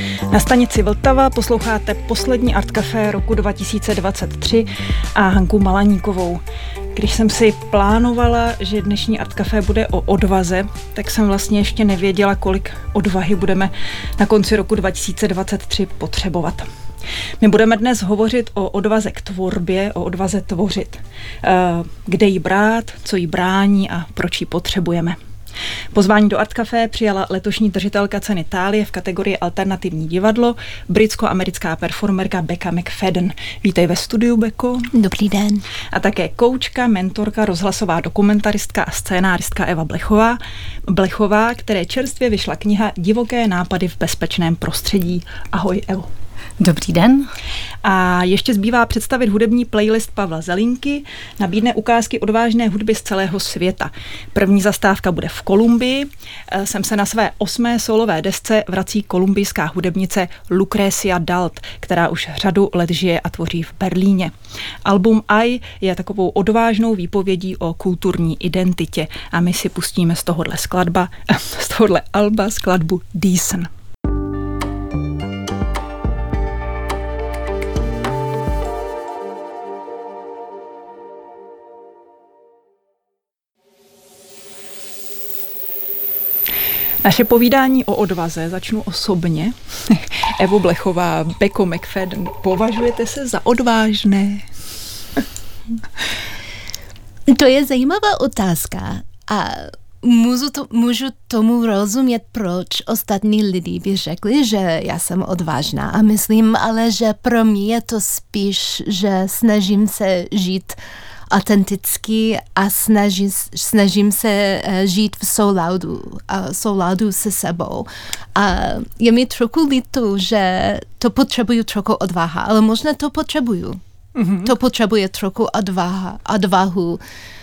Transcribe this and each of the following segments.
Na stanici Vltava posloucháte poslední Art Café roku 2023 a Hanku Malaníkovou. Když jsem si plánovala, že dnešní Art Café bude o odvaze, tak jsem vlastně ještě nevěděla, kolik odvahy budeme na konci roku 2023 potřebovat. My budeme dnes hovořit o odvaze k tvorbě, o odvaze tvořit. Kde ji brát, co jí brání a proč ji potřebujeme. Pozvání do Art Café přijala letošní držitelka ceny Thálie v kategorii Alternativní divadlo, britsko-americká performerka Becca McFadden. Vítej ve studiu, Becko. Dobrý den. A také koučka, mentorka, rozhlasová dokumentaristka a scénáristka Eva Blechová, které čerstvě vyšla kniha Divoké nápady v bezpečném prostředí. Ahoj, Evo. Dobrý den. A ještě zbývá představit hudební playlist Pavla Zelinky, nabídne ukázky odvážné hudby z celého světa. První zastávka bude v Kolumbii. Sem se na své 8. solové desce vrací kolumbijská hudebnice Lucrecia Dalt, která už řadu let žije a tvoří v Berlíně. Album I je takovou odvážnou výpovědí o kulturní identitě a my si pustíme z tohohle alba skladbu Decent. Naše povídání o odvaze začnu osobně. Evo Blechová, Becco McFadden, považujete se za odvážné? To je zajímavá otázka a můžu tomu rozumět, proč ostatní lidi by řekli, že já jsem odvážná. A myslím ale, že pro mě je to spíš, že snažím se žít autenticky a snažím se žít v souladu se sebou. A je mi trochu líto, že to potřebuju trochu odvaha, ale možná to potřebuju. Mm-hmm. To potřebuje trochu odvahu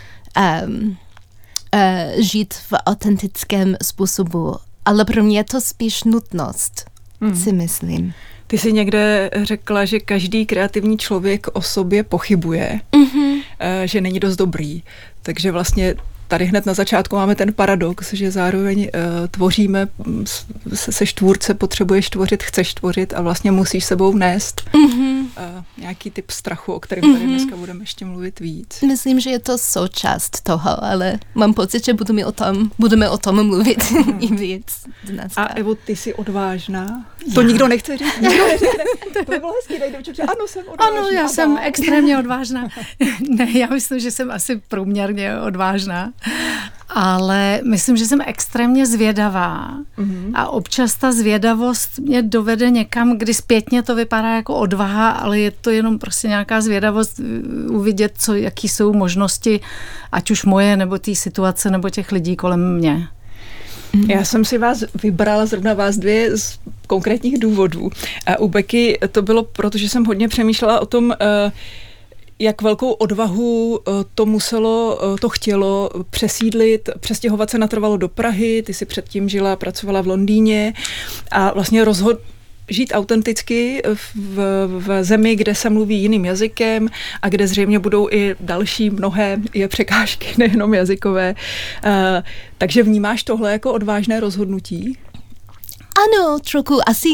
žít v autentickém způsobu. Ale pro mě je to spíš nutnost, si myslím. Ty jsi někde řekla, že každý kreativní člověk o sobě pochybuje, že není dost dobrý. Takže vlastně tady hned na začátku máme ten paradox, že zároveň tvoříme, seš tvůrce, potřebuješ tvořit, chceš tvořit a vlastně musíš sebou nést nějaký typ strachu, o kterém tady dneska budeme ještě mluvit víc. Myslím, že je to součást toho, ale mám pocit, že budeme o tom mluvit i víc dneska. A Evo, ty jsi odvážná? To nikdo nechce říct. To by bylo hezký, že ano, jsem odvážná. Ano, já jsem extrémně odvážná. Ne, já myslím, že jsem asi průměrně odvážná. Ale myslím, že jsem extrémně zvědavá a občas ta zvědavost mě dovede někam, kdy zpětně to vypadá jako odvaha, ale je to jenom prostě nějaká zvědavost uvidět, jaký jsou možnosti, ať už moje, nebo té situace, nebo těch lidí kolem mě. Já jsem si vybrala zrovna vás dvě z konkrétních důvodů. A u Becky to bylo, protože jsem hodně přemýšlela o tom, jak velkou odvahu to chtělo přesídlit, přestěhovat se natrvalo do Prahy, ty si předtím pracovala v Londýně a vlastně žít autenticky v zemi, kde se mluví jiným jazykem a kde zřejmě budou i další mnohé překážky, nejenom jazykové. Takže vnímáš tohle jako odvážné rozhodnutí? Ano, trochu. Asi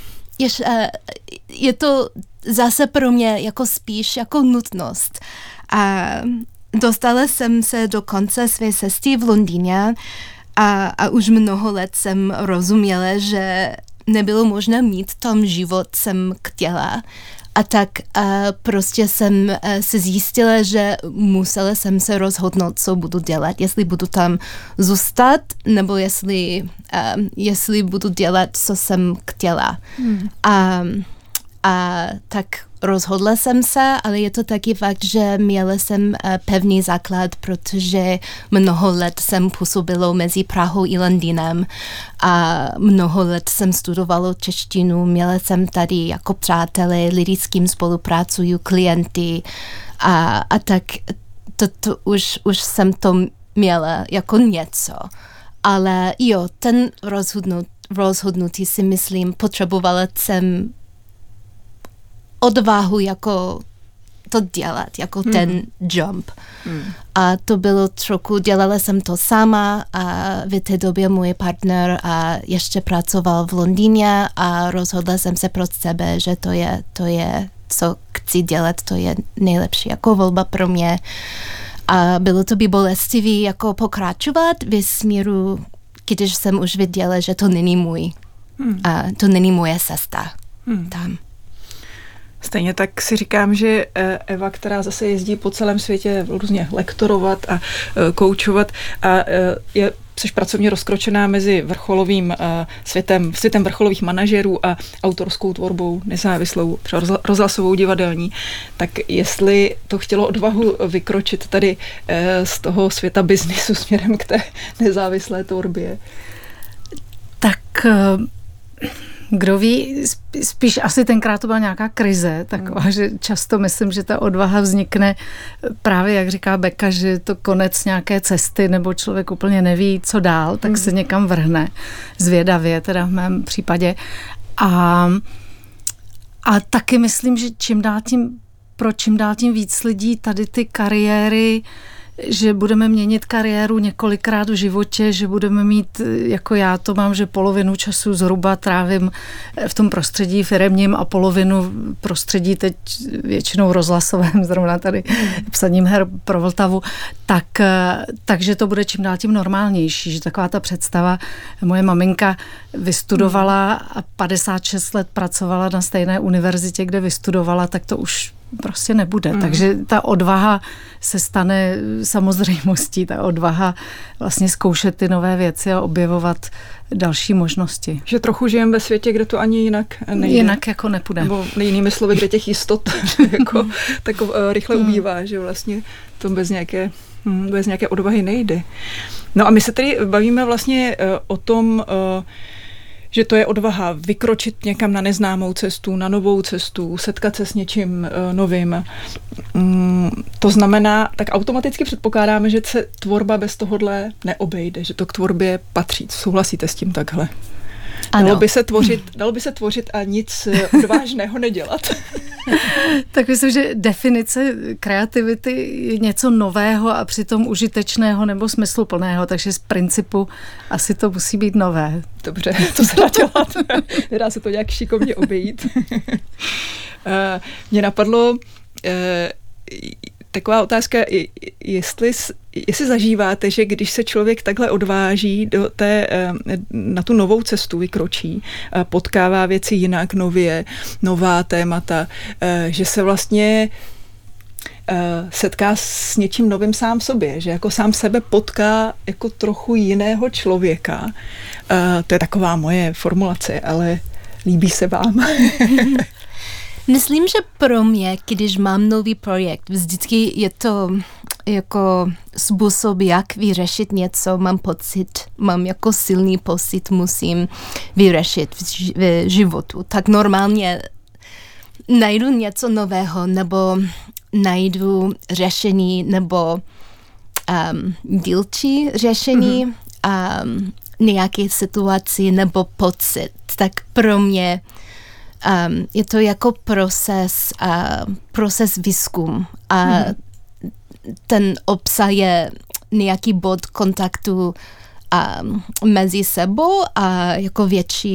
je to zase pro mě jako spíš jako nutnost. A dostala jsem se do konce své cesty v Londýně a už mnoho let jsem rozuměla, že nebylo možné mít tam život, jsem chtěla. A tak prostě jsem se zjistila, že musela jsem se rozhodnout, co budu dělat. Jestli budu tam zůstat, nebo jestli budu dělat, co jsem chtěla. A tak rozhodla jsem se, ale je to taky fakt, že měla jsem pevný základ, protože mnoho let jsem působila mezi Prahou i Londýnem a mnoho let jsem studovala češtinu, měla jsem tady jako přátelé, lidi, s kým spolupracuju, klienty a tak to už jsem to měla jako něco. Ale jo, ten rozhodnutí si myslím, potřebovala jsem odvahu jako to dělat, jako ten jump. A to bylo trochu, dělala jsem to sama a v té době můj partner ještě pracoval v Londýně a rozhodla jsem se pro sebe, že to je, co chci dělat, to je nejlepší jako volba pro mě. A bylo to by bolestivý jako pokračovat ve směru, když jsem už viděla, že to není můj. A to není moje cesta tam. Stejně tak si říkám, že Eva, která zase jezdí po celém světě různě lektorovat a koučovat a jsi pracovně rozkročená mezi vrcholovým světem vrcholových manažerů a autorskou tvorbou nezávislou, třeba rozhlasovou, divadelní, tak jestli to chtělo odvahu vykročit tady z toho světa biznisu směrem k té nezávislé tvorbě? Tak kdo ví, spíš asi tenkrát to byla nějaká krize, taková, že často myslím, že ta odvaha vznikne právě, jak říká Beka, že je to konec nějaké cesty, nebo člověk úplně neví, co dál, tak se někam vrhne zvědavě, teda v mém případě. A taky myslím, že čím dál tím víc lidí tady ty kariéry, že budeme měnit kariéru několikrát v životě, že budeme mít, jako já to mám, že polovinu času zhruba trávím v tom prostředí firemním a polovinu prostředí teď většinou rozhlasovém, zrovna tady psaním her pro Vltavu, takže to bude čím dál tím normálnější, že taková ta představa, moje maminka vystudovala a 56 let pracovala na stejné univerzitě, kde vystudovala, tak to už prostě nebude. Takže ta odvaha se stane samozřejmostí, ta odvaha vlastně zkoušet ty nové věci a objevovat další možnosti. Že trochu žijeme ve světě, kde to ani jinak nejde. Jinak jako nepůjde. Nebo jinými slovy, kde těch jistot jako, tak rychle ubývá, že vlastně to bez nějaké odvahy nejde. No a my se tady bavíme vlastně o tom, že to je odvaha vykročit někam na neznámou cestu, na novou cestu, setkat se s něčím novým. To znamená, tak automaticky předpokládáme, že se tvorba bez tohodle neobejde, že to k tvorbě patří. Souhlasíte s tím takhle? Ano. Dalo by se tvořit a nic odvážného nedělat. Tak myslím, že definice kreativity je něco nového a přitom užitečného nebo smysluplného, takže z principu asi to musí být nové. Dobře, to se dá dělat. Nedá se to nějak šikovně obejít. Mně napadlo taková otázka, jestli zažíváte, že když se člověk takhle odváží na tu novou cestu, vykročí, potkává věci jinak, nově, nová témata, že se vlastně setká s něčím novým sám sobě, že jako sám sebe potká jako trochu jiného člověka. To je taková moje formulace, ale líbí se vám? Myslím, že pro mě, když mám nový projekt, vždycky je to jako způsob, jak vyřešit něco, mám jako silný pocit, musím vyřešit v životu. Tak normálně najdu něco nového, nebo najdu řešení, nebo dílčí řešení nějaké situaci, nebo pocit. Tak pro mě je to jako proces výzkum a ten obsahuje nějaký bod kontaktu mezi sebou a jako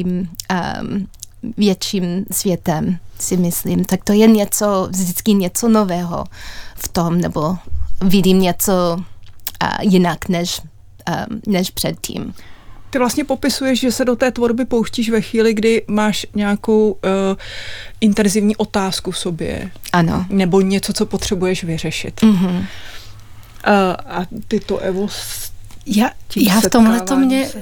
větším světem, si myslím. Tak to je vždycky něco nového v tom, nebo vidím něco jinak než předtím. Ty vlastně popisuješ, že se do té tvorby pouštíš ve chvíli, kdy máš nějakou intenzivní otázku v sobě. Ano. Nebo něco, co potřebuješ vyřešit. Mm-hmm. A ty to, Evo, já v tomhleto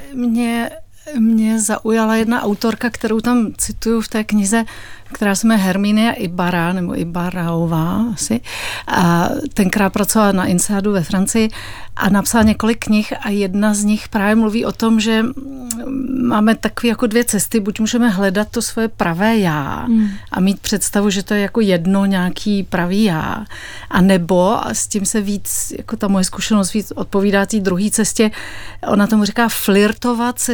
mě zaujala jedna autorka, kterou tam cituju v té knize, která se jmenuje Hermínia Ibarra, nebo Ibarraová asi. A tenkrát pracovala na INSEADu ve Francii a napsala několik knih a jedna z nich právě mluví o tom, že máme takové jako dvě cesty. Buď můžeme hledat to svoje pravé já a mít představu, že to je jako jedno nějaký pravý já. A nebo, a s tím se víc, jako ta moje zkušenost víc odpovídá té druhé cestě, ona tomu říká flirtovat se svými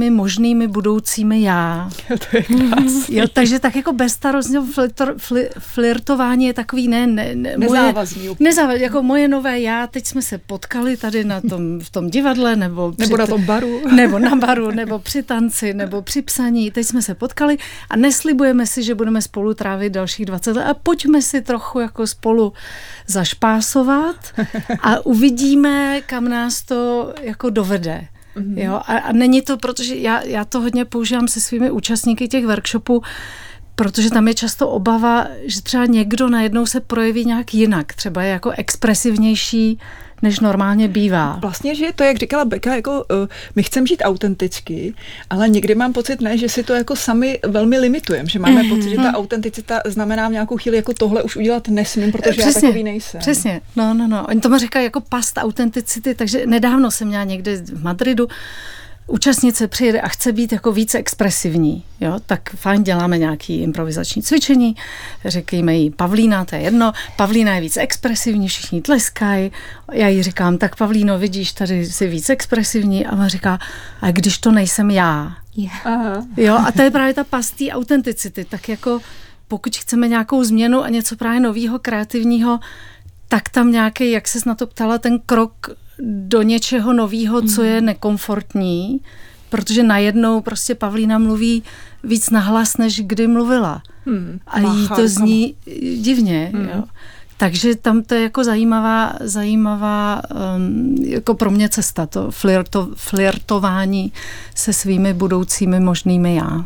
svými možnými budoucími já. To je krásný. Jo, takže tak jako bezstarostného flirtování je takový nezávazný. Nezávazný, jako moje nové já, teď jsme se potkali tady v tom divadle, nebo na tom baru. Nebo na baru, nebo při tanci, nebo při psaní. Teď jsme se potkali a neslibujeme si, že budeme spolu trávit dalších 20 let a pojďme si trochu jako spolu zašpásovat a uvidíme, kam nás to jako dovede. Jo? A není to, protože já to hodně používám se svými účastníky těch workshopů, protože tam je často obava, že třeba někdo najednou se projeví nějak jinak, třeba je jako expresivnější, než normálně bývá. Vlastně, že to, jak říkala Beka, jako my chceme žít autenticky, ale někdy mám pocit, že si to jako sami velmi limitujeme, že máme pocit, že ta autenticita znamená v nějakou chvíli jako tohle už udělat nesmím, protože já takový nejsem. Přesně, no. Oni tomu říkají jako past autenticity, takže nedávno jsem měla někde v Madridu, účastnice přijede a chce být jako více expresivní, jo, tak fajn, děláme nějaké improvizační cvičení, řekněme jí Pavlína, to je jedno, Pavlína je víc expresivní, všichni tleskají, já jí říkám, tak Pavlíno, vidíš, tady jsi víc expresivní a ona říká, a když to nejsem já. Aha. Jo, a to je právě ta pastý autenticity, tak jako pokud chceme nějakou změnu a něco právě novýho, kreativního, tak tam nějaký, jak ses na to ptala, ten krok do něčeho novýho, co je nekomfortní, protože najednou prostě Pavlína mluví víc nahlas, než kdy mluvila. A jí to zní divně. Jo. Takže tam to je jako zajímavá jako pro mě cesta, to flirtování se svými budoucími možnými já.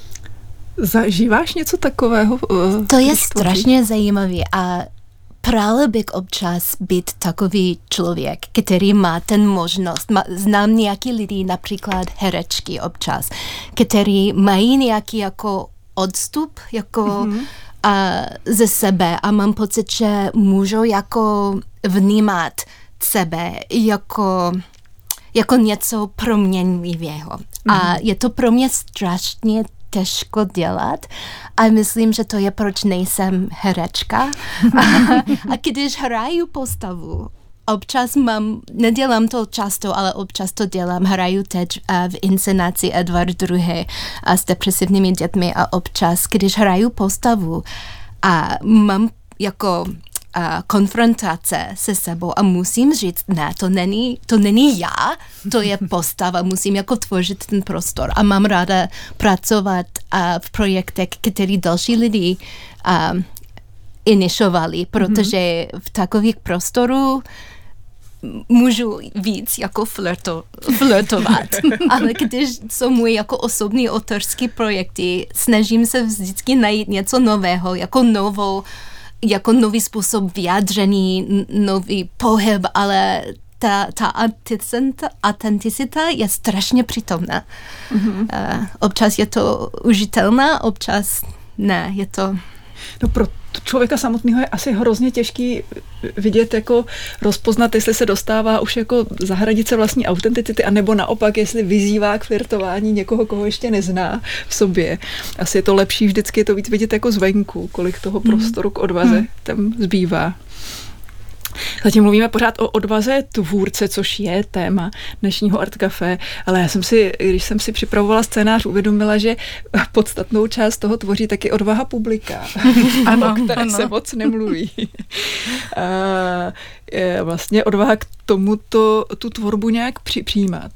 Zažíváš něco takového? To je strašně zajímavé a Prála bych občas být takový člověk, který má ten možnost. Znám nějaký lidi, například herečky občas, který mají nějaký jako odstup jako ze sebe a mám pocit, že můžou jako vnímat sebe jako něco proměnlivého. A je to pro mě strašně těžko dělat a myslím, že to je, proč nejsem herečka. A když hraju postavu, občas nedělám to často, ale občas to dělám, hraju teď v inscenaci Edvard II. S depresivními dětmi a občas, když hraju postavu a mám jako konfrontace se sebou a musím říct, ne, to není já, to je postava, musím jako tvořit ten prostor a mám ráda pracovat v projektech, který další lidi iniciovali, protože v takových prostorů můžu víc jako flirtovat. Ale když jsou můj jako osobní autorský projekty, snažím se vždycky najít něco nového, jako nový způsob vyjádření, nový pohyb, ale ta autenticita je strašně přítomná. Občas je to užitelná, občas ne, je to... No pro člověka samotného je asi hrozně těžký vidět, jako rozpoznat, jestli se dostává už jako za hranice vlastní autenticity, anebo naopak, jestli vyzývá k flirtování někoho, koho ještě nezná v sobě. Asi je to lepší vždycky to víc vidět jako zvenku, kolik toho prostoru k odvaze tam zbývá. Zatím mluvíme pořád o odvaze tvůrce, což je téma dnešního Art Café, ale když jsem si připravovala scénář, uvědomila, že podstatnou část toho tvoří taky odvaha publika, o které se moc nemluví. Vlastně odvaha k tomuto tu tvorbu nějak přijímat.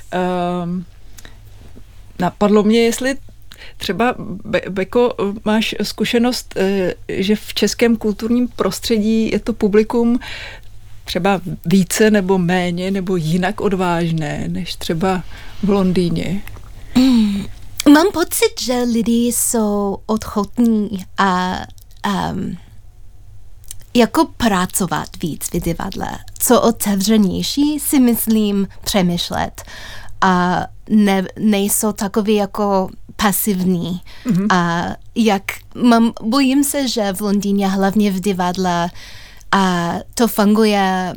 Napadlo mě, jestli třeba, Beko, máš zkušenost, že v českém kulturním prostředí je to publikum třeba více nebo méně nebo jinak odvážné než třeba v Londýně? Mám pocit, že lidi jsou ochotní a jako pracovat víc v divadle. Co otevřenější si myslím přemýšlet a nejsou takový jako pasivní. A bojím se, že v Londýně, hlavně v divadle, to funguje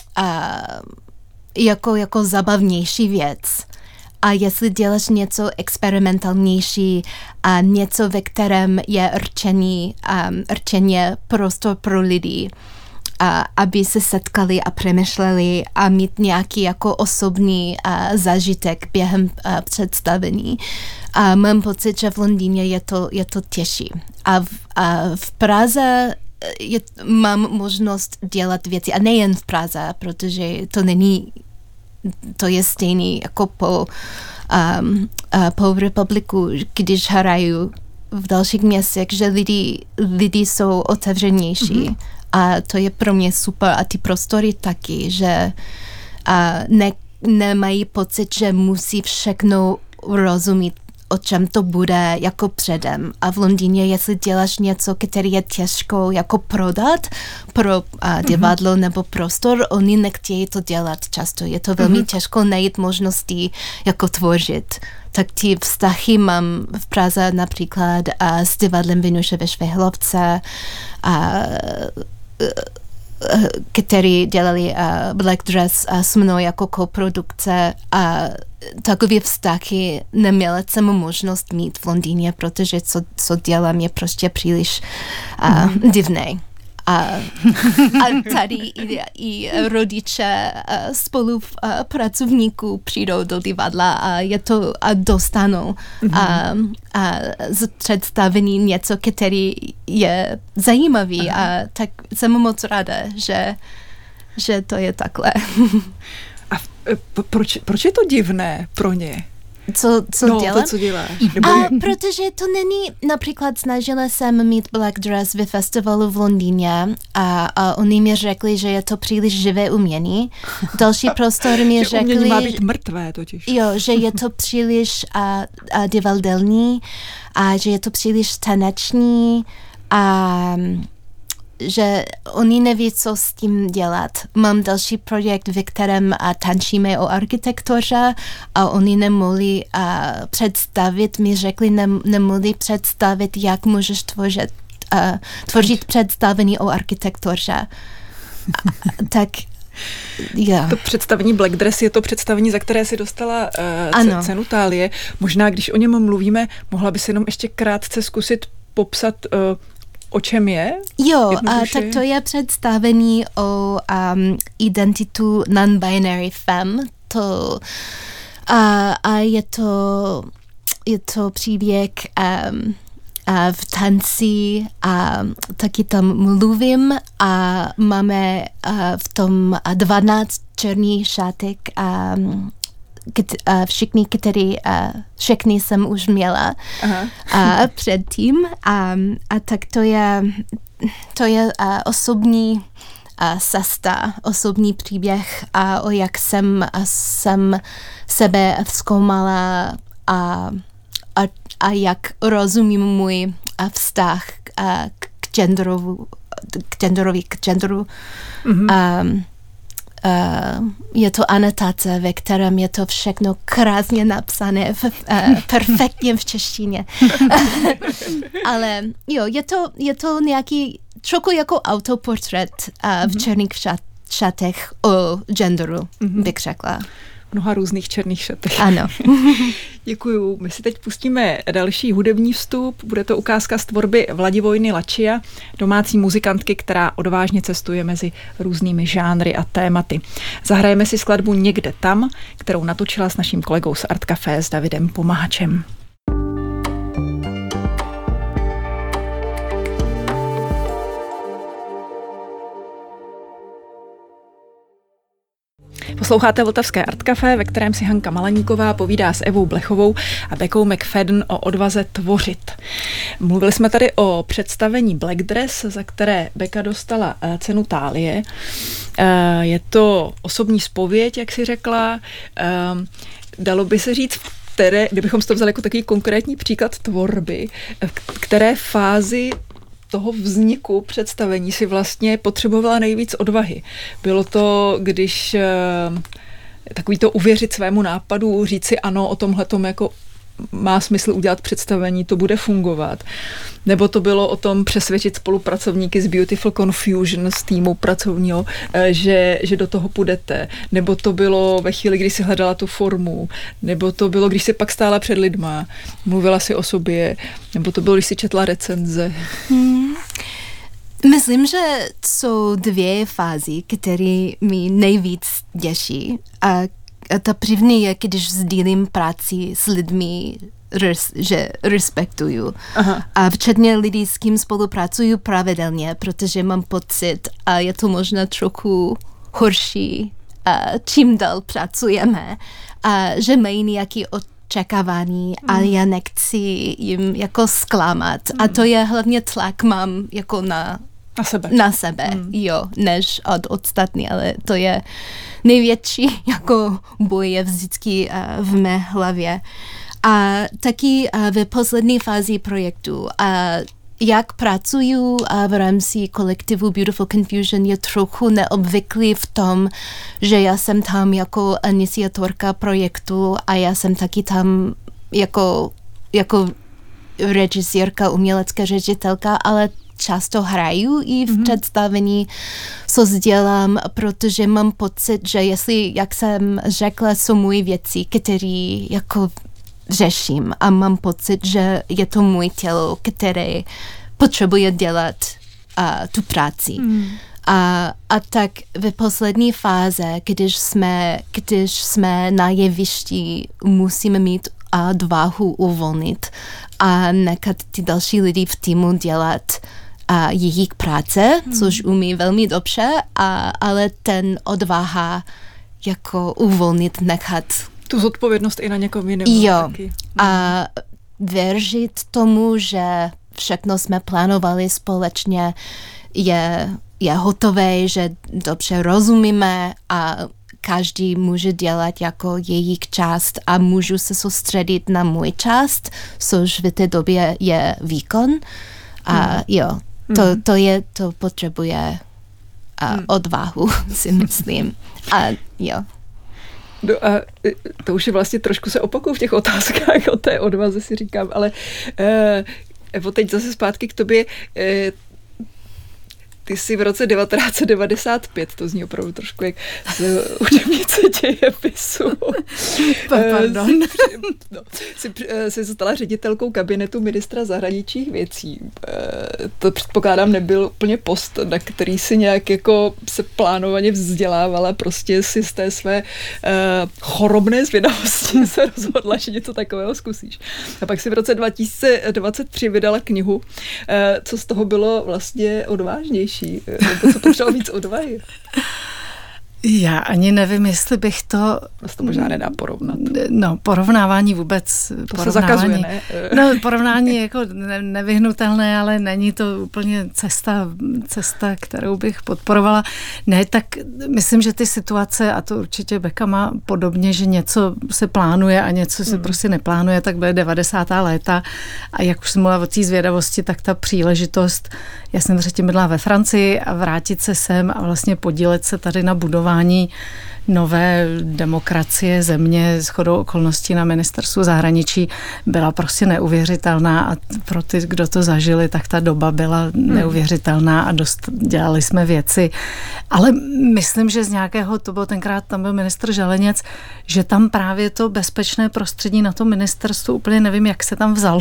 jako zabavnější věc. A jestli děláš něco experimentálnější a něco, ve kterém je rčeně prostor pro lidi, aby se setkali a přemýšleli a mít nějaký jako osobní zážitek během představení. A mám pocit, že v Londýně je to těžší. A v Praze mám možnost dělat věci, a nejen v Praze, protože to je stejný jako po republiku, když hraju v dalších městech, že lidi jsou otevřenější. A to je pro mě super. A ty prostory taky, že nemají pocit, že musí všechno rozumět, o čem to bude jako předem. A v Londýně, jestli děláš něco, který je těžko jako prodat pro divadlo nebo prostor, oni nechtějí to dělat často. Je to velmi těžko najít možnosti jako tvořit. Tak ty vztahy mám v Praze například s divadlem Venuše ve Švihlovce, který dělali Black Dress s mnou jako koprodukce, a takové vztahy neměla jsem možnost mít v Londýně, protože co dělám je prostě příliš divné. A tady i rodiče spolupracovníků přijdou do divadla a dostanou z představení něco, který je zajímavý. A tak jsem moc ráda, že to je takhle. A proč je to divné pro ně? Co dělám? To, co děláš. Protože to není, například snažila jsem mít Black Dress ve festivalu v Londýně a oni mi řekli, že je to příliš živé umění. Další prostor mi řekli... Umění má být mrtvé totiž. Jo, že je to příliš divadelní a že je to příliš taneční a že oni neví, co s tím dělat. Mám další projekt, ve kterém tančíme o architektuře a oni nemohli představit, mi řekli, nemohli představit, jak můžeš tvořit představení o architektuře. Tak To představení Black Dress je to představení, za které si dostala cenu Thálie. Možná, když o něm mluvíme, mohla by si jenom ještě krátce zkusit popsat, o čem je? Jo, tak to je představení o identitu non-binary femme. Je to příběh v tanci a taky tam mluvím a máme v tom 12 černých šátek všechny jsem už měla předtím a tak to je osobní cesta, osobní příběh a o jak jsem sebe vzkoumala a jak rozumím můj vztah k genderu. Je to anotace, ve kterém je to všechno krásně napsané, perfektně v češtině. Ale jo, je to nějaký trochu jako autoportrét v černých šatech o genderu, bych řekla. Mnoha různých černých šatech. Ano. Děkuju. My si teď pustíme další hudební vstup. Bude to ukázka z tvorby Vladivojny Lačia, domácí muzikantky, která odvážně cestuje mezi různými žánry a tématy. Zahrajeme si skladbu Někde tam, kterou natočila s naším kolegou z Art Café s Davidem Pomáčem. Posloucháte Vltavské Art Café, ve kterém si Hanka Malaníková povídá s Evou Blechovou a Beckou McFadden o odvaze tvořit. Mluvili jsme tady o představení Black Dress, za které Becka dostala cenu Thálie. Je to osobní zpověď, jak si řekla. Dalo by se říct, kdybychom to vzali jako takový konkrétní příklad tvorby, v které fázi toho vzniku představení si vlastně potřebovala nejvíc odvahy. Bylo to, když takový to uvěřit svému nápadu, říct si ano, o tomhletom jako má smysl udělat představení, to bude fungovat. Nebo to bylo o tom přesvědčit spolupracovníky z Beautiful Confusion, z týmu pracovního, že do toho půjdete. Nebo to bylo ve chvíli, kdy si hledala tu formu. Nebo to bylo, když si pak stála před lidma, mluvila si o sobě. Nebo to bylo, když si četla recenze. Myslím, že jsou dvě fázy, které mi nejvíc těší. A ta první je, když sdílím práci s lidmi, že respektuju. Aha. A včetně lidí, s kým spolupracuju pravidelně, protože mám pocit, a je to možná trochu horší, čím dál pracujeme, a že mají nějaké očekávání a já nechci jim jako zklamat. A to je hlavně tlak mám jako na sebe, jo, než od ostatní, ale to je největší jako boj je vždycky v mé hlavě. A taky v poslední fázi projektu jak pracuju v rámci kolektivu Beautiful Confusion je trochu neobvyklý v tom, že já jsem tam jako iniciatorka projektu a já jsem taky tam jako režisérka, umělecká ředitelka, ale často hraju i v představení, co sdělám, protože mám pocit, že jestli, jak jsem řekla, jsou moje věci, které jako řeším a mám pocit, že je to můj tělo, které potřebuje dělat tu práci. A tak v poslední fáze, když jsme na jevišti, musíme mít odvahu uvolnit a nechat ty další lidi v týmu dělat jejich práce, což umí velmi dobře, ale ten odvaha jako uvolnit, nechat tu zodpovědnost i na někom jiném. Jo. Taky. A věřit tomu, že všechno jsme plánovali společně, je hotové, že dobře rozumíme a každý může dělat jako jejich část a můžu se soustředit na můj část, což v té době je výkon. A jo, to potřebuje odvahu, si myslím. A jo. No a to už je vlastně trošku se opakuju v těch otázkách o té odvaze, si říkám, ale Evo, teď zase zpátky k tobě. Ty jsi v roce 1995, to zní opravdu trošku jak z učebnice dějepisu. Pardon. Jsi stala ředitelkou kabinetu ministra zahraničních věcí. To předpokládám nebyl úplně post, na který si nějak jako se plánovaně vzdělávala, prostě si z té své chorobné zvědavosti se rozhodla, že něco takového zkusíš. A pak si v roce 2023 vydala knihu. Co z toho bylo vlastně odvážnější? Nebo co potřeba víc odvahy? Já ani nevím, jestli bych to... To možná nedá porovnat. No, porovnávání vůbec... To se zakazuje, ne? No, porovnání je jako nevyhnutelné, ale není to úplně cesta, kterou bych podporovala. Ne, tak myslím, že ty situace, a to určitě Beka má podobně, že něco se plánuje a něco se prostě neplánuje, tak byly 90. léta a jak už jsem mluvila o té zvědavosti, tak ta příležitost, já jsem předtím bydla ve Francii a vrátit se sem a vlastně podílet se tady na budování nové demokracie země shodou okolností na ministerstvu zahraničí byla prostě neuvěřitelná a pro ty, kdo to zažili, tak ta doba byla neuvěřitelná a dělali jsme věci. Ale myslím, že z nějakého, to bylo tenkrát, tam byl ministr Želeněc, že tam právě to bezpečné prostředí na tom ministerstvu, úplně nevím, jak se tam vzalo.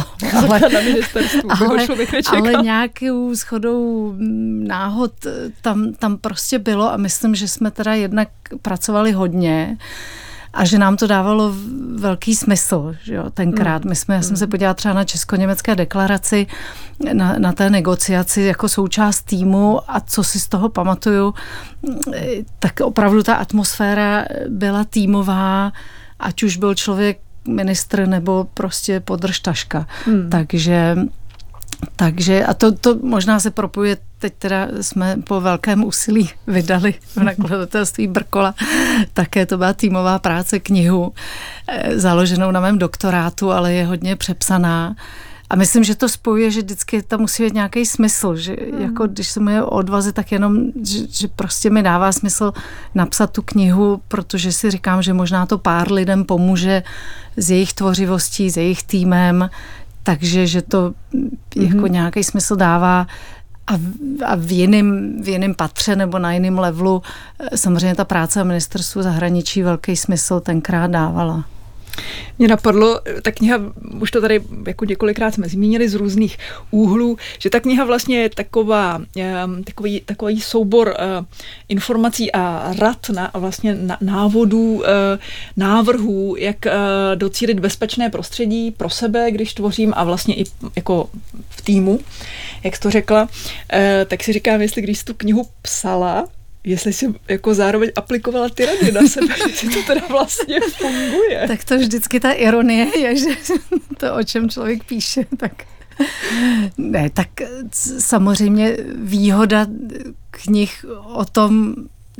Ale nějakou shodou náhod tam prostě bylo a myslím, že jsme teda jednak pracovali hodně a že nám to dávalo velký smysl, že jo, tenkrát. Já jsem se podívala třeba na česko-německé deklaraci, na té negociaci jako součást týmu a co si z toho pamatuju, tak opravdu ta atmosféra byla týmová, ať už byl člověk ministr nebo prostě podržtaška. Takže a to možná se propojuje, teď teda jsme po velkém úsilí vydali v nakladatelství Brkola, také to byla týmová práce, knihu, založenou na mém doktorátu, ale je hodně přepsaná. A myslím, že to spojuje, že vždycky tam musí být nějaký smysl, že jako když se mluví o odvaze, tak jenom, že prostě mi dává smysl napsat tu knihu, protože si říkám, že možná to pár lidem pomůže s jejich tvořivostí, s jejich týmem, takže že to jako nějaký smysl dává a v jiném patře nebo na jiném levelu samozřejmě ta práce a ministerstvu zahraničí velký smysl tenkrát dávala. Mě napadlo, ta kniha, už to tady jako několikrát jsme zmínili z různých úhlů, že ta kniha vlastně je takový soubor informací a rad vlastně návodů, návrhů, jak docílit bezpečné prostředí pro sebe, když tvořím a vlastně i jako v týmu, jak jsi to řekla. Tak si říkám, jestli když jsi tu knihu psala, jestli si jako zároveň aplikovala ty rady na sebe, jestli to teda vlastně funguje. Tak to vždycky ta ironie je, že to, o čem člověk píše, tak ne, tak samozřejmě výhoda knih o tom,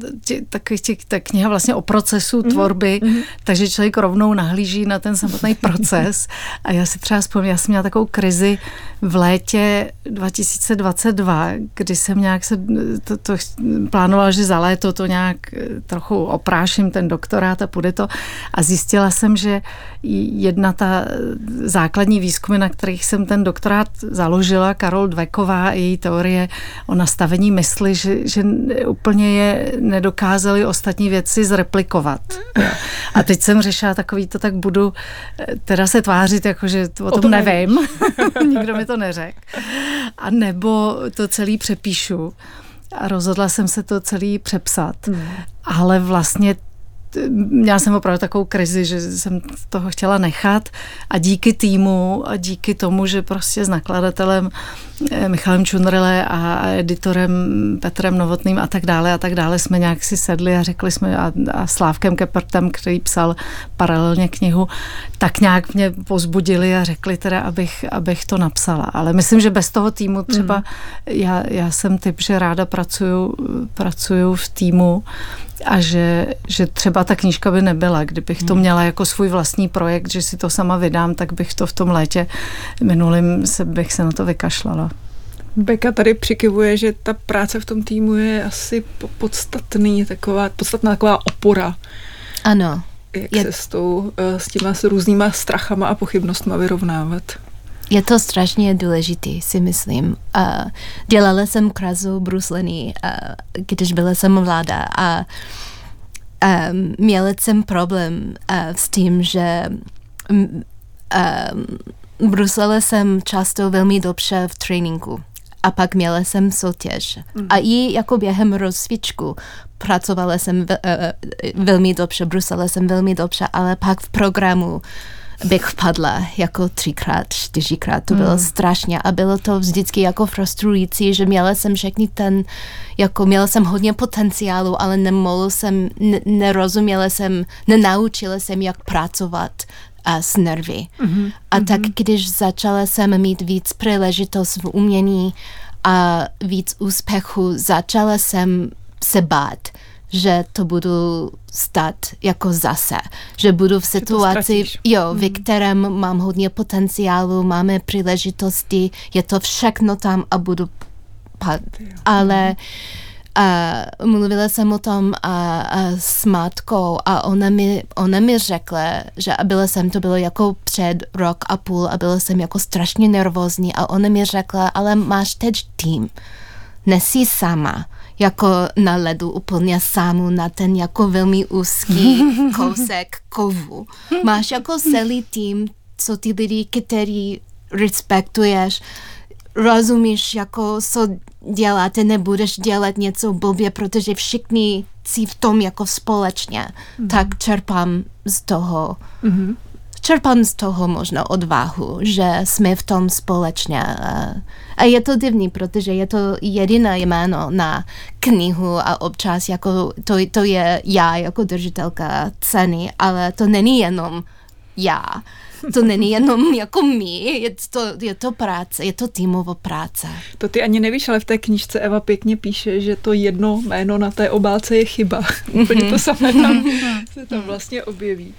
ta kniha vlastně o procesu tvorby, takže člověk rovnou nahlíží na ten samotný proces. A já si třeba vzpomínám, já jsem měla takovou krizi v létě 2022, kdy jsem nějak to plánovala, že za léto to nějak trochu opráším ten doktorát a půjde to. A zjistila jsem, že jedna ta základní výzkumy, na kterých jsem ten doktorát založila, Karol Dweková, její teorie o nastavení mysli, že úplně je nedokázali ostatní věci zreplikovat. A teď jsem řešila takový to, tak budu teda se tvářit, jako že o tom nevím. Nikdo mi to neřekl. A nebo to celý přepíšu. A rozhodla jsem se to celý přepsat. Ale vlastně měla jsem opravdu takovou krizi, že jsem toho chtěla nechat a díky týmu a díky tomu, že prostě s nakladatelem Michalem Čundrle a editorem Petrem Novotným a tak dále jsme nějak si sedli a řekli jsme a Slávkem Kepertem, který psal paralelně knihu, tak nějak mě pozbudili a řekli teda, abych to napsala. Ale myslím, že bez toho týmu třeba já jsem typ, že ráda pracuju v týmu a že třeba ta knížka by nebyla. Kdybych to měla jako svůj vlastní projekt, že si to sama vydám, tak bych to v tom létě minulým bych se na to vykašlala. Beka tady přikivuje, že ta práce v tom týmu je asi podstatná taková opora. Ano. Jak se s těma různýma strachama a pochybnostma vyrovnávat. Je to strašně důležitý, si myslím. Dělala jsem krásu bruslení, když byla jsem mladá a měla jsem problém s tím, že bruslila jsem často velmi dobře v tréninku a pak měla jsem soutěž. A i jako během rozcvičku pracovala jsem velmi dobře, bruslila jsem velmi dobře, ale pak v programu bych vpadla jako 3x, 4x, to bylo strašně a bylo to vždycky jako frustrující, že měla jsem měla jsem hodně potenciálu, ale nenaučila jsem, jak pracovat s nervy. A tak když začala jsem mít víc příležitost v umění a víc úspěchu, začala jsem se bát, že to budu stát jako zase, že budu v situaci, ve kterém mám hodně potenciálu, máme příležitosti, je to všechno tam a budu ale mluvila jsem o tom s matkou a ona mi řekla, že to bylo jako před rok a půl a byla jsem jako strašně nervózní a ona mi řekla, ale máš teď tým, nesí sama, jako na ledu úplně samu na ten jako velmi úzký kousek kovu. Máš jako celý tým, co ty lidi, který respektuješ, rozumíš, jako co děláte, nebudeš dělat něco blbě, protože všichni si v tom jako společně, tak čerpám z toho možná odvahu, že jsme v tom společně. A je to divný, protože je to jediné jméno na knihu a občas jako to je já jako držitelka ceny, ale to není jenom já. To není jenom jako my, je to práce, je to týmová práce. To ty ani nevíš, ale v té knížce Eva pěkně píše, že to jedno jméno na té obálce je chyba. Úplně to samé se tam vlastně objeví.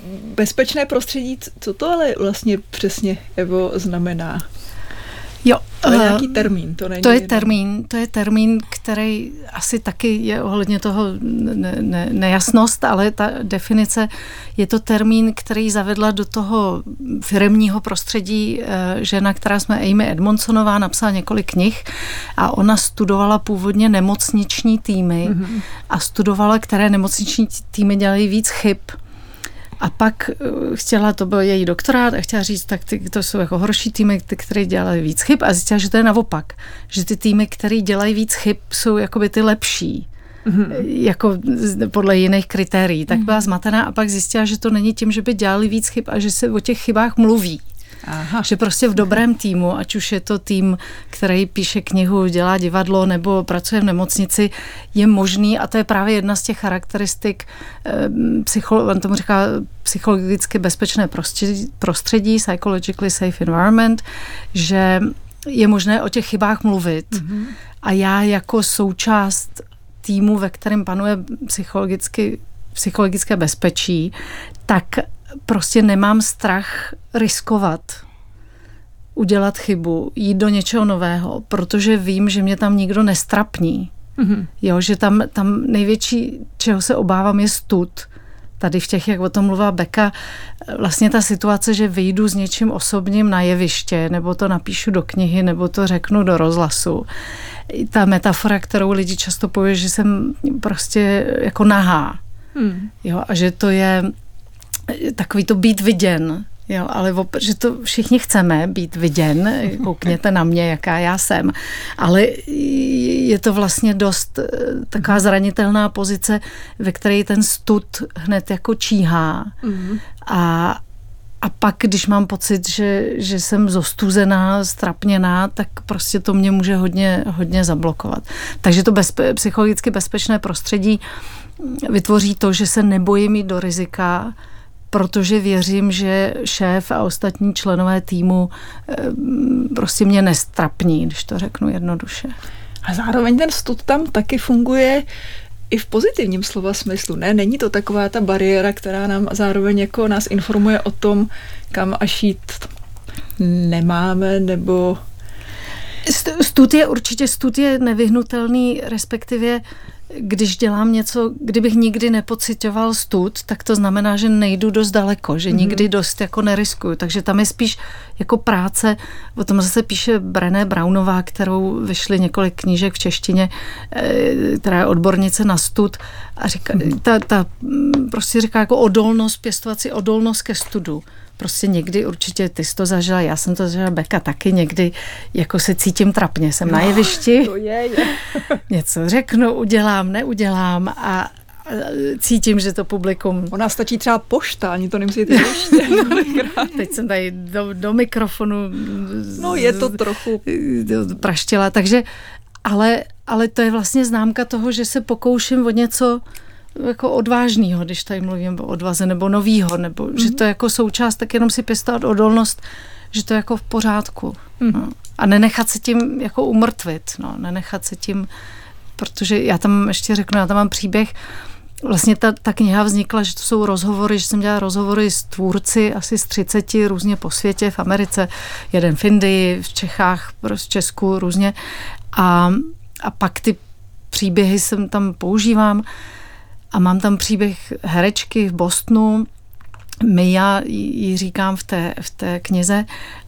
Bezpečné prostředí, co to ale vlastně přesně, Evo, znamená? Jo, To je nějaký termín, to není... To je termín, který asi taky je ohledně toho nejasnost, ale ta definice je to termín, který zavedla do toho firemního prostředí žena, která jsme Amy Edmondsonová, napsala několik knih a ona studovala původně nemocniční týmy a studovala, které nemocniční týmy dělají víc chyb. A pak to byl její doktorát a chtěla říct, tak to jsou jako horší týmy, které dělají víc chyb a zjistila, že to je naopak. Že ty týmy, které dělají víc chyb, jsou jakoby ty lepší. Jako podle jiných kritérií. Tak byla zmatená a pak zjistila, že to není tím, že by dělali víc chyb a že se o těch chybách mluví. Aha. Že prostě v dobrém týmu, ať už je to tým, který píše knihu, dělá divadlo nebo pracuje v nemocnici, je možný, a to je právě jedna z těch charakteristik, on tomu říká psychologicky bezpečné prostředí, psychologically safe environment, že je možné o těch chybách mluvit. A já jako součást týmu, ve kterém panuje psychologické bezpečí, tak prostě nemám strach riskovat, udělat chybu, jít do něčeho nového, protože vím, že mě tam nikdo nestrapní. Jo, že tam největší, čeho se obávám, je stud. Tady v těch, jak o tom mluvila Becca, vlastně ta situace, že vyjdu s něčím osobním na jeviště, nebo to napíšu do knihy, nebo to řeknu do rozhlasu. Ta metafora, kterou lidi často poví, že jsem prostě jako nahá. Jo, a že to je takový to být viděn, jo, ale že to všichni chceme být viděn, koukněte na mě, jaká já jsem, ale je to vlastně dost taková zranitelná pozice, ve které ten stud hned jako číhá a pak, když mám pocit, že jsem zostuzená, strapněná, tak prostě to mě může hodně zablokovat. Takže to psychologicky bezpečné prostředí vytvoří to, že se nebojím jít do rizika, protože věřím, že šéf a ostatní členové týmu prostě mě nestrapní, když to řeknu jednoduše. A zároveň ten stud tam taky funguje i v pozitivním slova smyslu, ne? Není to taková ta bariéra, která nám zároveň jako nás informuje o tom, kam až jít nemáme, nebo... Stud je nevyhnutelný, respektive když dělám něco, kdybych nikdy nepocitoval stud, tak to znamená, že nejdu dost daleko, že nikdy dost jako neriskuju. Takže tam je spíš jako práce, o tom zase píše Brené Brownová, kterou vyšly několik knížek v češtině, která je odbornice na stud a říká, ta prostě říká jako odolnost, pěstovat si odolnost ke studu. Prostě někdy určitě ty jsi to zažila, já jsem to zažila, Becca taky někdy jako se cítím trapně, jsem na jevišti, to je. Něco řeknu, udělám, neudělám a cítím, že to publikum... Ona stačí třeba pošta, ani to nemusíte ještě. Teď jsem tady do mikrofonu... No je to trochu... praštila, takže... Ale to je vlastně známka toho, že se pokouším o něco jako odvážného, když tady mluvím o odvaze, nebo novýho, nebo že to je jako součást, tak jenom si pěstovat odolnost, že to je jako v pořádku. No. A nenechat se tím jako umrtvit, no. Nenechat se tím, protože já tam ještě řeknu, já tam mám příběh, vlastně ta kniha vznikla, že to jsou rozhovory, že jsem dělala rozhovory s tvůrci asi z 30 různě po světě, v Americe, jeden v Indii, v Čechách, v Česku různě a pak ty příběhy jsem tam používám. A mám tam příběh herečky v Bostonu, Mia ji říkám v té knize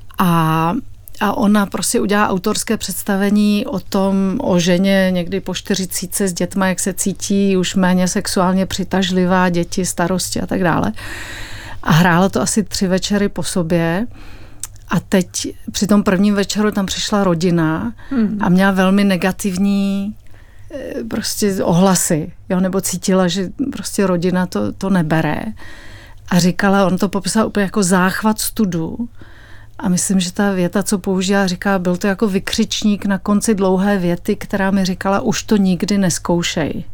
a ona prostě udělá autorské představení o ženě někdy po 40 s dětma, jak se cítí, už méně sexuálně přitažlivá, děti, starosti a tak dále. A hrála to asi 3 večery po sobě. A teď při tom prvním večeru tam přišla rodina a měla velmi negativní prostě ohlasy, jo, nebo cítila, že prostě rodina to nebere. A říkala, on to popisal úplně jako záchvat studu. A myslím, že ta věta, co použila, říká, byl to jako vykřičník na konci dlouhé věty, která mi říkala, už to nikdy neskoušej.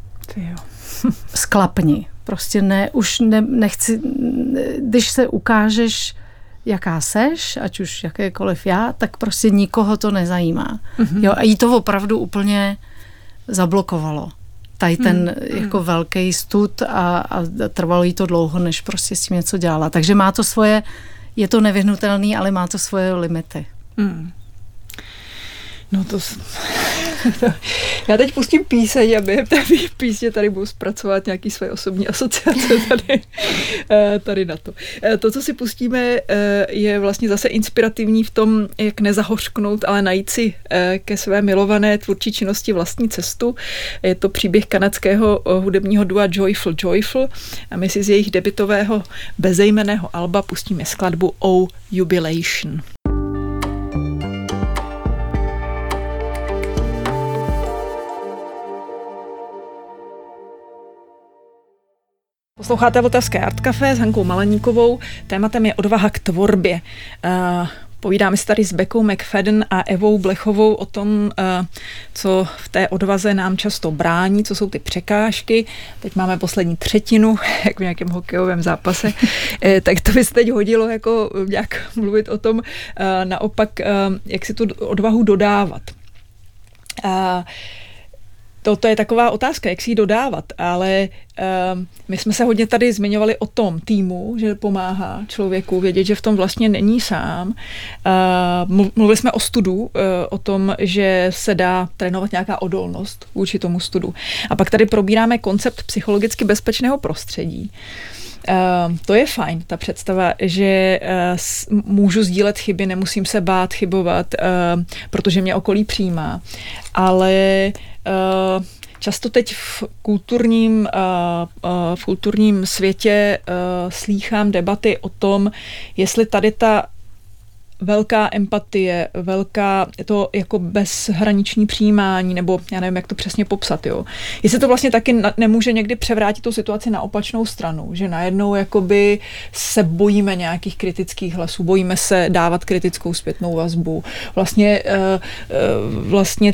Sklapni. Prostě nechci, když se ukážeš, jaká seš, ať už jakékoliv já, tak prostě nikoho to nezajímá. Jo, a jí to opravdu úplně zablokovalo. Tady ten jako velký stud a trvalo jí to dlouho, než prostě s tím něco dělala. Takže má to svoje, je to nevyhnutelný, ale má to svoje limity. No to... Já teď pustím píseň a během té písně tady budu zpracovat nějaký své osobní asociace tady na to. To, co si pustíme, je vlastně zase inspirativní v tom, jak nezahořknout, ale najít si ke své milované tvůrčí činnosti vlastní cestu. Je to příběh kanadského hudebního dua Joyful Joyful a my si z jejich debutového bezejmenného alba pustíme skladbu Oh Jubilation. Posloucháte Vltavské Art Café s Hankou Malaníkovou. Tématem je odvaha k tvorbě. Povídáme si tady s Beckou McFadden a Evou Blechovou o tom, co v té odvaze nám často brání, co jsou ty překážky. Teď máme poslední třetinu, jako v nějakém hokejovém zápase. Tak to by se teď hodilo jako nějak mluvit o tom naopak, jak si tu odvahu dodávat. To je taková otázka, jak si ji dodávat, ale my jsme se hodně tady zmiňovali o tom týmu, že pomáhá člověku vědět, že v tom vlastně není sám. Mluvili jsme o studu, o tom, že se dá trénovat nějaká odolnost vůči tomu studu. A pak tady probíráme koncept psychologicky bezpečného prostředí. To je fajn, ta představa, že můžu sdílet chyby, nemusím se bát chybovat, protože mě okolí přijímá. Ale často teď v kulturním světě slýchám debaty o tom, jestli tady ta velká empatie, to jako bezhraniční přijímání, nebo já nevím, jak to přesně popsat, jo. Jestli to vlastně taky nemůže někdy převrátit tu situaci na opačnou stranu, že najednou jakoby se bojíme nějakých kritických hlasů, bojíme se dávat kritickou zpětnou vazbu. Vlastně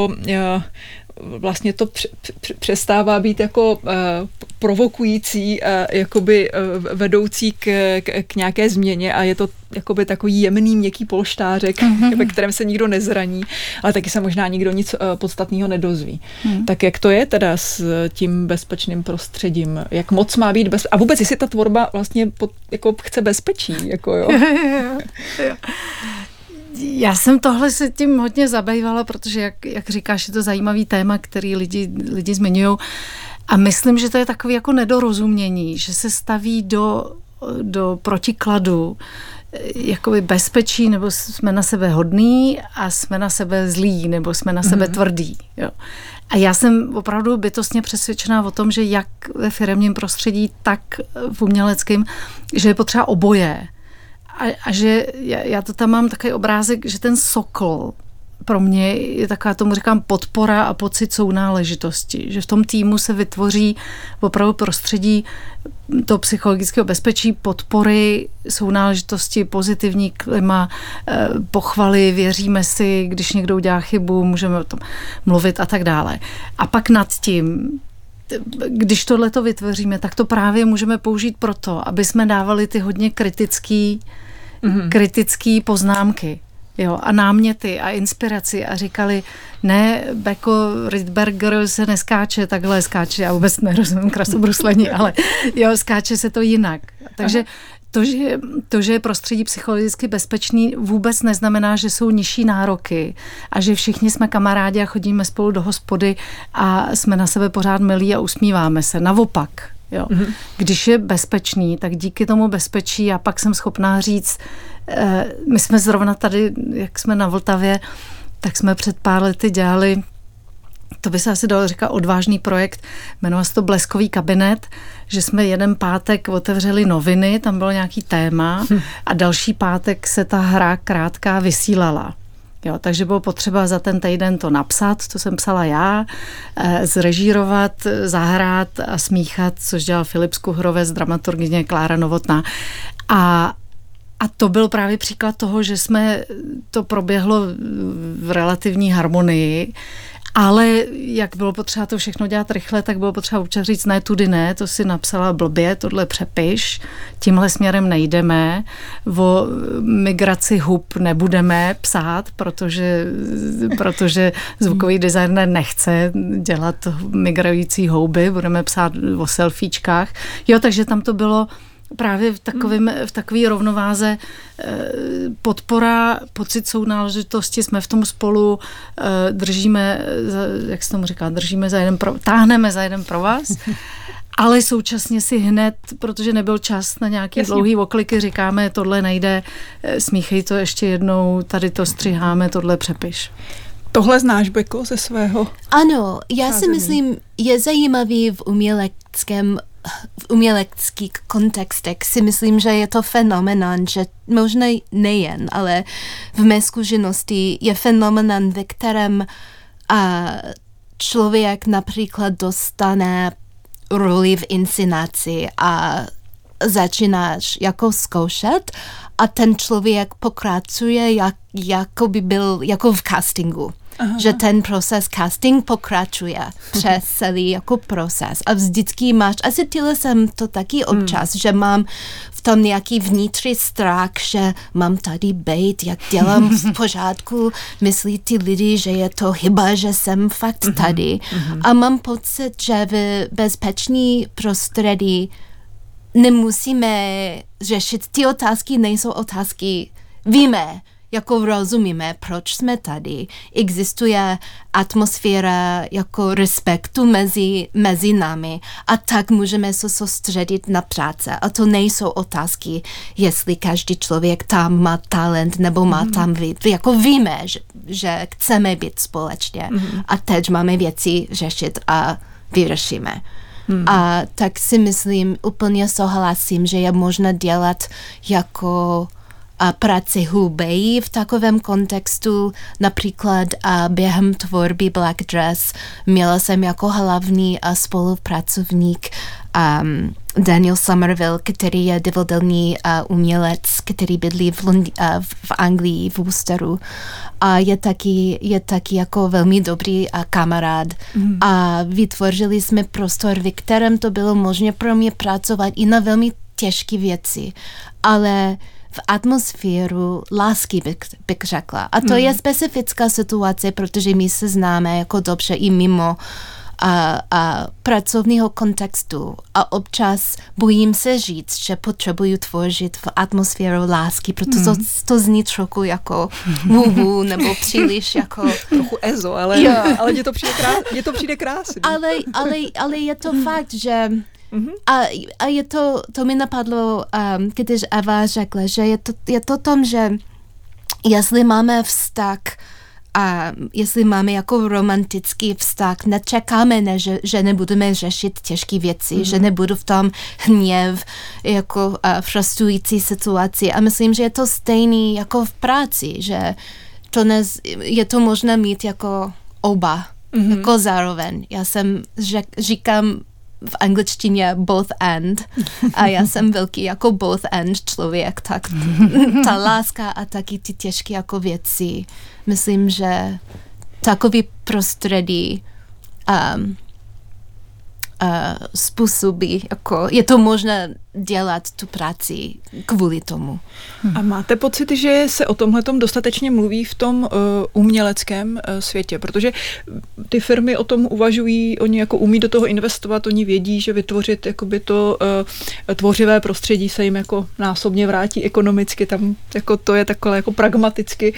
to přestává být jako provokující, jakoby vedoucí k nějaké změně a je to jakoby takový jemný, měkký polštářek, ve kterém se nikdo nezraní, ale taky se možná nikdo nic podstatného nedozví. Tak jak to je teda s tím bezpečným prostředím? Jak moc má být a vůbec, jestli ta tvorba vlastně jako chce bezpečí? Jako jo. Já jsem tohle se tím hodně zabývala, protože, jak říkáš, je to zajímavý téma, který lidi zmiňují. A myslím, že to je takový jako nedorozumění, že se staví do protikladu jakoby bezpečí, nebo jsme na sebe hodný a jsme na sebe zlí, nebo jsme na sebe tvrdí. Jo. A já jsem opravdu bytostně přesvědčená o tom, že jak ve firemním prostředí, tak v uměleckém, že je potřeba oboje. A že já to tam mám takový obrázek, že ten sokol pro mě je taková, tomu říkám, podpora a pocit sounáležitosti. Že v tom týmu se vytvoří opravdu prostředí toho psychologického bezpečí, podpory, sounáležitosti, pozitivní klima, pochvaly, věříme si, když někdo udělá chybu, můžeme o tom mluvit a tak dále. A pak nad tím, když tohleto vytvoříme, tak to právě můžeme použít proto, aby jsme dávali ty hodně kritický poznámky, jo, a náměty a inspiraci a říkali, ne, Becko, Rydberger se neskáče, takhle skáče, já vůbec nerozumím krasobruslení, ale jo, skáče se to jinak. Takže to, že je prostředí psychologicky bezpečný, vůbec neznamená, že jsou nižší nároky a že všichni jsme kamarádi a chodíme spolu do hospody a jsme na sebe pořád milí a usmíváme se. Naopak, jo. Když je bezpečný, tak díky tomu bezpečí a pak jsem schopná říct, my jsme zrovna tady, jak jsme na Vltavě, tak jsme před pár lety dělali, to by se asi dalo říkat, odvážný projekt, jmenoval se to Bleskový kabinet, že jsme jeden pátek otevřeli noviny, tam bylo nějaký téma a další pátek se ta hra krátká vysílala. Jo, takže bylo potřeba za ten týden to napsat, to jsem psala já, zrežírovat, zahrát a smíchat, což dělal Filip Skuhrovec, dramaturgyně Klára Novotná. A to byl právě příklad toho, že to proběhlo v relativní harmonii, ale jak bylo potřeba to všechno dělat rychle, tak bylo potřeba občas říct, ne, tudy ne, to si napsala blbě, tohle přepiš, tímhle směrem nejdeme, o migraci hub nebudeme psát, protože zvukový designer nechce dělat migrající houby, budeme psát o selfiečkách. Jo, takže tam to bylo právě v takové rovnováze podpora, pocit sounáležitosti, jsme v tom spolu, držíme, jak se tomu říká, táhneme za jeden provaz, ale současně si hned, protože nebyl čas na nějaký dlouhý okliky, říkáme, tohle nejde, smíchej to ještě jednou, tady to střiháme, tohle přepiš. Tohle znáš, Beko, ze svého? Ano, já si myslím, je zajímavý v uměleckých kontextech si myslím, že je to fenomén, že možná nejen, ale v mé zkušenosti je fenomén, ve kterém člověk například dostane roli v inscenaci a začínáš jako zkoušet a ten člověk pokračuje, jako by byl jako v castingu. Aha. Že ten proces casting pokračuje přes celý jako proces a vždycky máš, asi tyhle jsem to taky občas, že mám v tom nějaký vnitřní strach, že mám tady bejt, jak dělám v pořádku, myslí ty lidi, že je to chyba, že jsem fakt tady a mám pocit, že v bezpečný prostředí nemusíme řešit, ty otázky nejsou otázky, víme, jako rozumíme, proč jsme tady. Existuje atmosféra jako respektu mezi námi a tak můžeme se soustředit na práce. A to nejsou otázky, jestli každý člověk tam má talent nebo má tam vid. Jako víme, že chceme být společně a teď máme věci řešit a vyřešíme. A tak si myslím, úplně souhlasím, že je možné dělat jako práci hlouběji v takovém kontextu. Například během tvorby Black Dress měla jsem jako hlavní spolupracovník Daniel Somerville, který je divadelní umělec, který bydlí v Anglii, v Worcesteru. A je taky jako velmi dobrý kamarád. A vytvořili jsme prostor, ve kterém to bylo možné pro mě pracovat i na velmi těžké věci. Ale v atmosféru lásky bych řekla. A to je specifická situace, protože my se známe jako dobře i mimo pracovního kontextu a občas bojím se říct, že potřebuju tvořit v atmosféru lásky, protože to zní trochu jako woo nebo příliš jako trochu ezo, ale mně to přijde krásně. Ale je to fakt, že a je to mi napadlo, když Eva řekla, že je to tom, že jestli máme vztah, jestli máme jako romantický vztah, nečekáme, že nebudeme řešit těžké věci, že nebudu v tom hněv, jako frustrující situaci. A myslím, že je to stejný jako v práci, že je to možné mít jako oba, jako zároveň. Já jsem říkám v angličtině both and a já jsem velký jako both and člověk, tak ta láska a taky ty těžké jako věci. Myslím, že takový prostředí způsobí, jako je to možné dělat tu práci kvůli tomu. A máte pocit, že se o tomhletom dostatečně mluví v tom uměleckém světě? Protože ty firmy o tom uvažují, oni jako umí do toho investovat, oni vědí, že vytvořit jakoby to tvořivé prostředí se jim jako násobně vrátí ekonomicky, tam jako to je takhle jako pragmaticky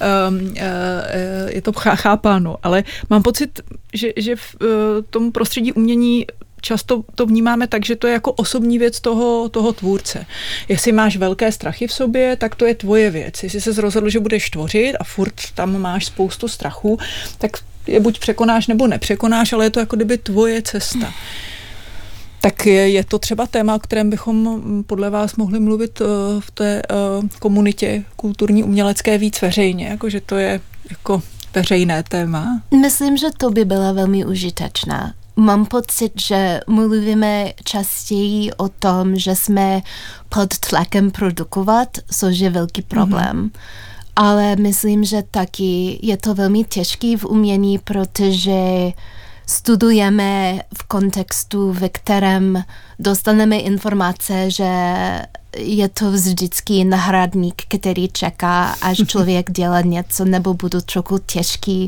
je to chápáno, ale mám pocit, že v tom prostředí umění často to vnímáme tak, že to je jako osobní věc toho tvůrce. Jestli máš velké strachy v sobě, tak to je tvoje věc. Jestli se rozhodl, že budeš tvořit a furt tam máš spoustu strachu, tak je buď překonáš nebo nepřekonáš, ale je to jako kdyby tvoje cesta. Tak je to třeba téma, o kterém bychom podle vás mohli mluvit v té komunitě kulturní umělecké víc veřejně, jakože to je jako veřejné téma? Myslím, že to by byla velmi užitečná. Mám pocit, že mluvíme častěji o tom, že jsme pod tlakem produkovat, což je velký problém. Ale myslím, že taky je to velmi těžký v umění, protože studujeme v kontextu, ve kterém dostaneme informace, že je to vždycky náhradník, který čeká, až člověk dělá něco, nebo budu trochu těžký.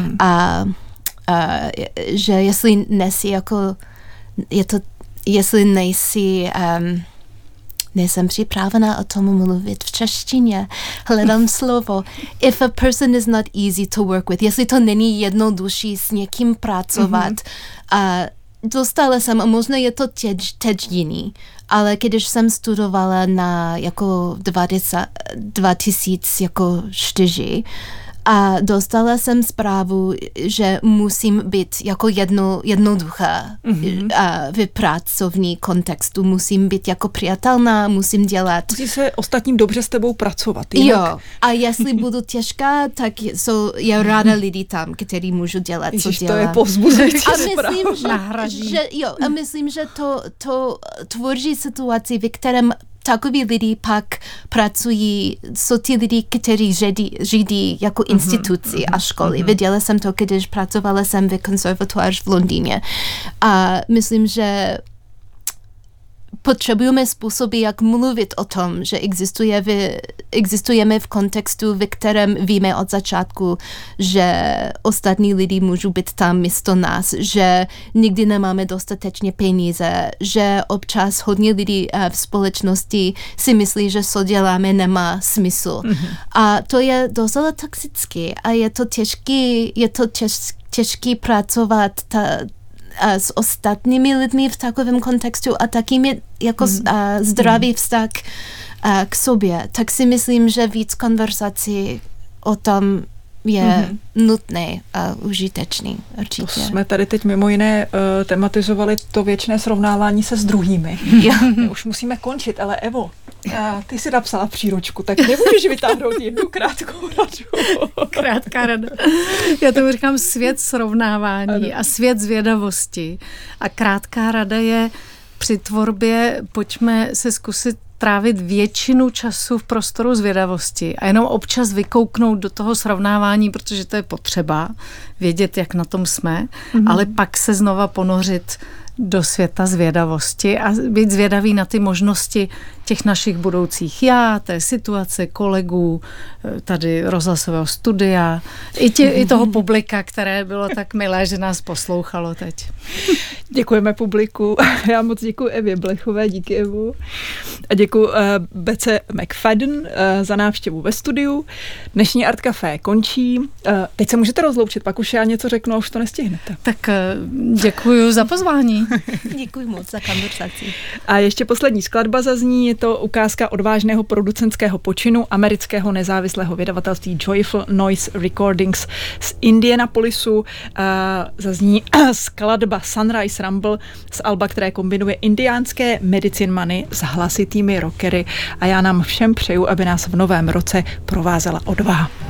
Že jestli nejsi jako, jestli nejsi nejsem připravená o tom mluvit v češtině. Hledám slovo. If a person is not easy to work with, jestli to není jednodušší s někým pracovat, a dostala jsem, a možná je to teď jiný, ale když jsem studovala na jako 2004, a dostala jsem zprávu, že musím být jako jednoduchá v pracovní kontextu. Musím být jako přijatelná, musím dělat. Musí se ostatním dobře s tebou pracovat. Jinak. Jo, a jestli budu těžká, tak je ráda lidi tam, který můžu dělat, co dělám. To je povzbuzující a myslím, že to tvoří situaci, ve kterém takoví lidi pak pracují, jsou ty lidi, kteří řídí jako instituci a školy. Viděla jsem to, když pracovala jsem v konzervatoři v Londýně. A myslím, že potřebujeme způsoby, jak mluvit o tom, že existujeme v kontextu, ve kterém víme od začátku, že ostatní lidi můžou být tam místo nás, že nikdy nemáme dostatečně peníze, že občas hodně lidí v společnosti si myslí, že co děláme nemá smysl. A to je docela toxické a je to těžký pracovat s ostatními lidmi v takovém kontextu a taky mít jako zdravý vztah k sobě. Tak si myslím, že víc konverzací o tom je nutné a užitečný. Určitě. To jsme tady teď mimo jiné tematizovali to věčné srovnávání se s druhými. Už musíme končit, ale Evo, ty jsi napsala příručku, tak nemůžeš vytáhnout jednu krátkou radu. Krátká rada. Já tomu říkám svět srovnávání a svět zvědavosti. A krátká rada je při tvorbě pojďme se zkusit trávit většinu času v prostoru zvědavosti a jenom občas vykouknout do toho srovnávání, protože to je potřeba vědět, jak na tom jsme, ale pak se znova ponořit do světa zvědavosti a být zvědavý na ty možnosti těch našich budoucích té situace, kolegů, tady rozhlasového studia, i toho publika, které bylo tak milé, že nás poslouchalo teď. Děkujeme publiku. Já moc děkuji Evě Blechové, díky Evu. A děkuji Bece McFadden za návštěvu ve studiu. Dnešní Art Café končí. Teď se můžete rozloučit, pak už já něco řeknu a už to nestihnete. Tak děkuji za pozvání. Děkuji moc za konverzaci. A ještě poslední skladba zazní, je to ukázka odvážného producentského počinu amerického nezávislého vydavatelství Joyful Noise Recordings z Indianapolisu. Zazní skladba Sunrise Rumble z alba, které kombinuje indiánské Medicine Money s hlasitými rockery a já nám všem přeju, aby nás v novém roce provázela odvaha.